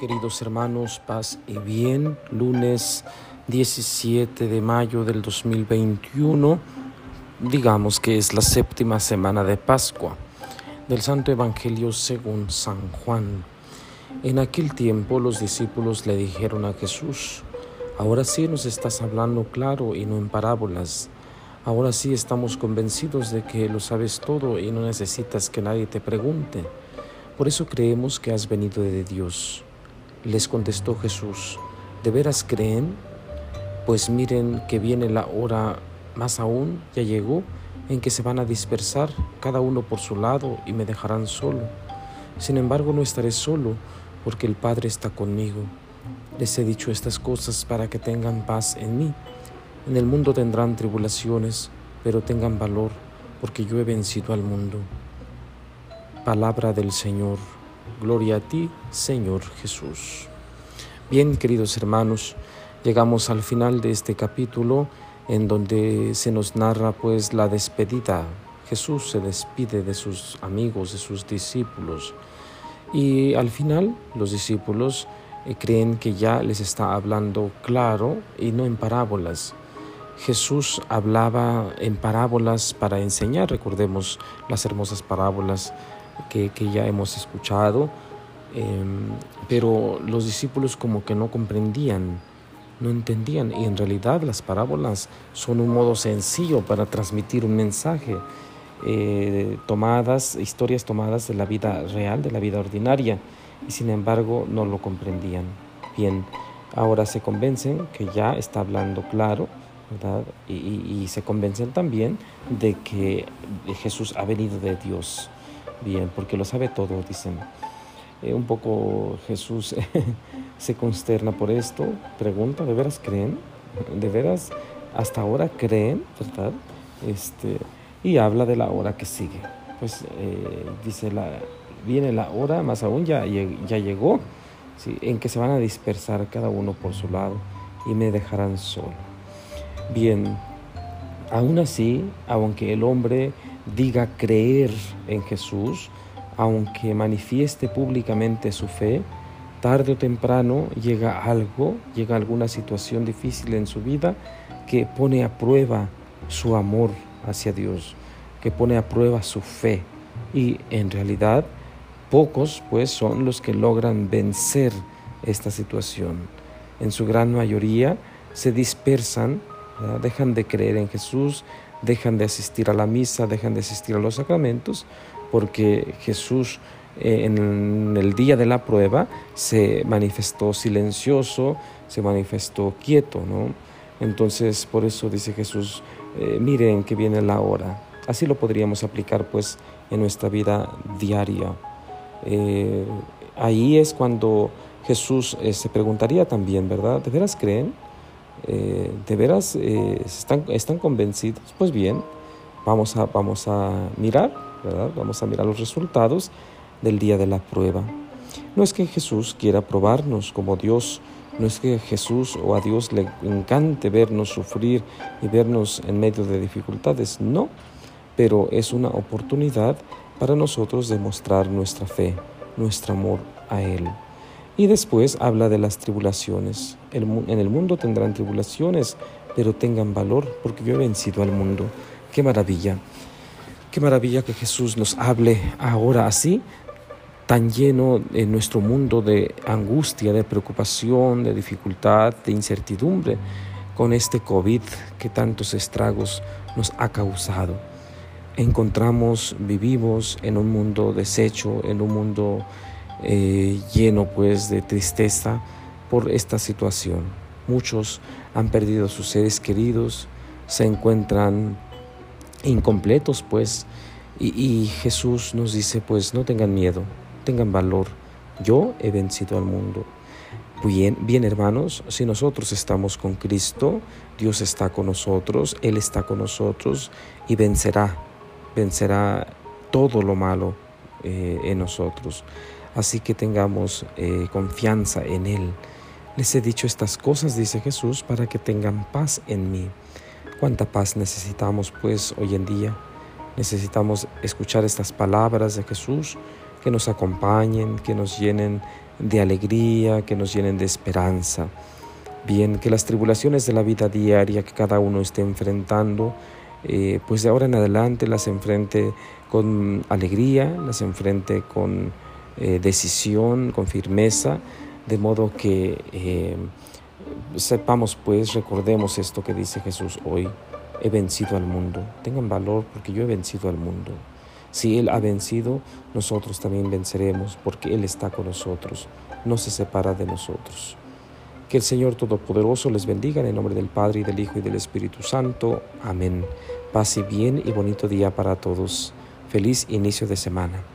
Queridos hermanos, paz y bien, lunes 17 de mayo del 2021, digamos que es la séptima semana de Pascua, del Santo Evangelio según San Juan. En aquel tiempo los discípulos le dijeron a Jesús: ahora sí nos estás hablando claro y no en parábolas. Ahora sí estamos convencidos de que lo sabes todo y no necesitas que nadie te pregunte. Por eso creemos que has venido de Dios. Les contestó Jesús: ¿de veras creen? Pues miren que viene la hora, más aún ya llegó, en que se van a dispersar, cada uno por su lado, y me dejarán solo. Sin embargo, no estaré solo, porque el Padre está conmigo. Les he dicho estas cosas para que tengan paz en mí. En el mundo tendrán tribulaciones, pero tengan valor, porque yo he vencido al mundo. Palabra del Señor. Gloria a ti, Señor Jesús. Bien, queridos hermanos, llegamos al final de este capítulo en donde se nos narra pues la despedida. Jesús se despide de sus amigos, de sus discípulos. Y al final los discípulos creen que ya les está hablando claro y no en parábolas. Jesús hablaba en parábolas para enseñar, recordemos las hermosas parábolas que ya hemos escuchado, pero los discípulos como que no comprendían, no entendían, y en realidad las parábolas son un modo sencillo para transmitir un mensaje, historias tomadas de la vida real, de la vida ordinaria, y sin embargo no lo comprendían. Bien, ahora se convencen que ya está hablando claro, ¿verdad? Y se convencen también de que Jesús ha venido de Dios. Bien, porque lo sabe todo, dicen. Un poco Jesús se consterna por esto, pregunta: ¿de veras creen? ¿De veras hasta ahora creen? ¿Verdad? Y habla de la hora que sigue. Pues dice, viene la hora, más aún ya llegó, ¿sí?, en que se van a dispersar cada uno por su lado y me dejarán solo. Bien, aún así, aunque el hombre diga creer en Jesús, aunque manifieste públicamente su fe, tarde o temprano llega alguna situación difícil en su vida que pone a prueba su amor hacia Dios, que pone a prueba su fe. Y en realidad, pocos pues son los que logran vencer esta situación. En su gran mayoría se dispersan, ¿verdad? Dejan de creer en Jesús, dejan de asistir a la misa, dejan de asistir a los sacramentos, porque Jesús en el día de la prueba se manifestó silencioso, se manifestó quieto, ¿no? Entonces, por eso dice Jesús, miren que viene la hora. Así lo podríamos aplicar pues en nuestra vida diaria. Ahí es cuando Jesús se preguntaría también, ¿verdad? ¿De veras creen? ¿De veras están convencidos? Pues bien, vamos a mirar, ¿verdad? Vamos a mirar los resultados del día de la prueba. No es que Jesús quiera probarnos como Dios, no es que Jesús o a Dios le encante vernos sufrir y vernos en medio de dificultades, no, pero es una oportunidad para nosotros demostrar nuestra fe, nuestro amor a Él. Y después habla de las tribulaciones. En el mundo tendrán tribulaciones, pero tengan valor, porque yo he vencido al mundo. ¡Qué maravilla! ¡Qué maravilla que Jesús nos hable ahora así, tan lleno en nuestro mundo de angustia, de preocupación, de dificultad, de incertidumbre, con este COVID que tantos estragos nos ha causado. Vivimos en un mundo deshecho, en un mundo lleno pues de tristeza por esta situación. Muchos han perdido a sus seres queridos, se encuentran incompletos pues, y Jesús nos dice pues no tengan miedo, tengan valor, yo he vencido al mundo. Bien hermanos, si nosotros estamos con Cristo, Dios está con nosotros, Él está con nosotros y vencerá todo lo malo en nosotros. Así que tengamos confianza en Él. Les he dicho estas cosas, dice Jesús, para que tengan paz en mí. ¿Cuánta paz necesitamos pues hoy en día? Necesitamos escuchar estas palabras de Jesús que nos acompañen, que nos llenen de alegría, que nos llenen de esperanza. Bien, que las tribulaciones de la vida diaria que cada uno esté enfrentando, pues de ahora en adelante las enfrente con alegría, las enfrente con decisión, con firmeza, de modo que sepamos, pues, recordemos esto que dice Jesús hoy: he vencido al mundo. Tengan valor porque yo he vencido al mundo. Si Él ha vencido, nosotros también venceremos porque Él está con nosotros, no se separa de nosotros. Que el Señor Todopoderoso les bendiga en el nombre del Padre, y del Hijo, y del Espíritu Santo. Amén. Paz y bien y bonito día para todos. Feliz inicio de semana.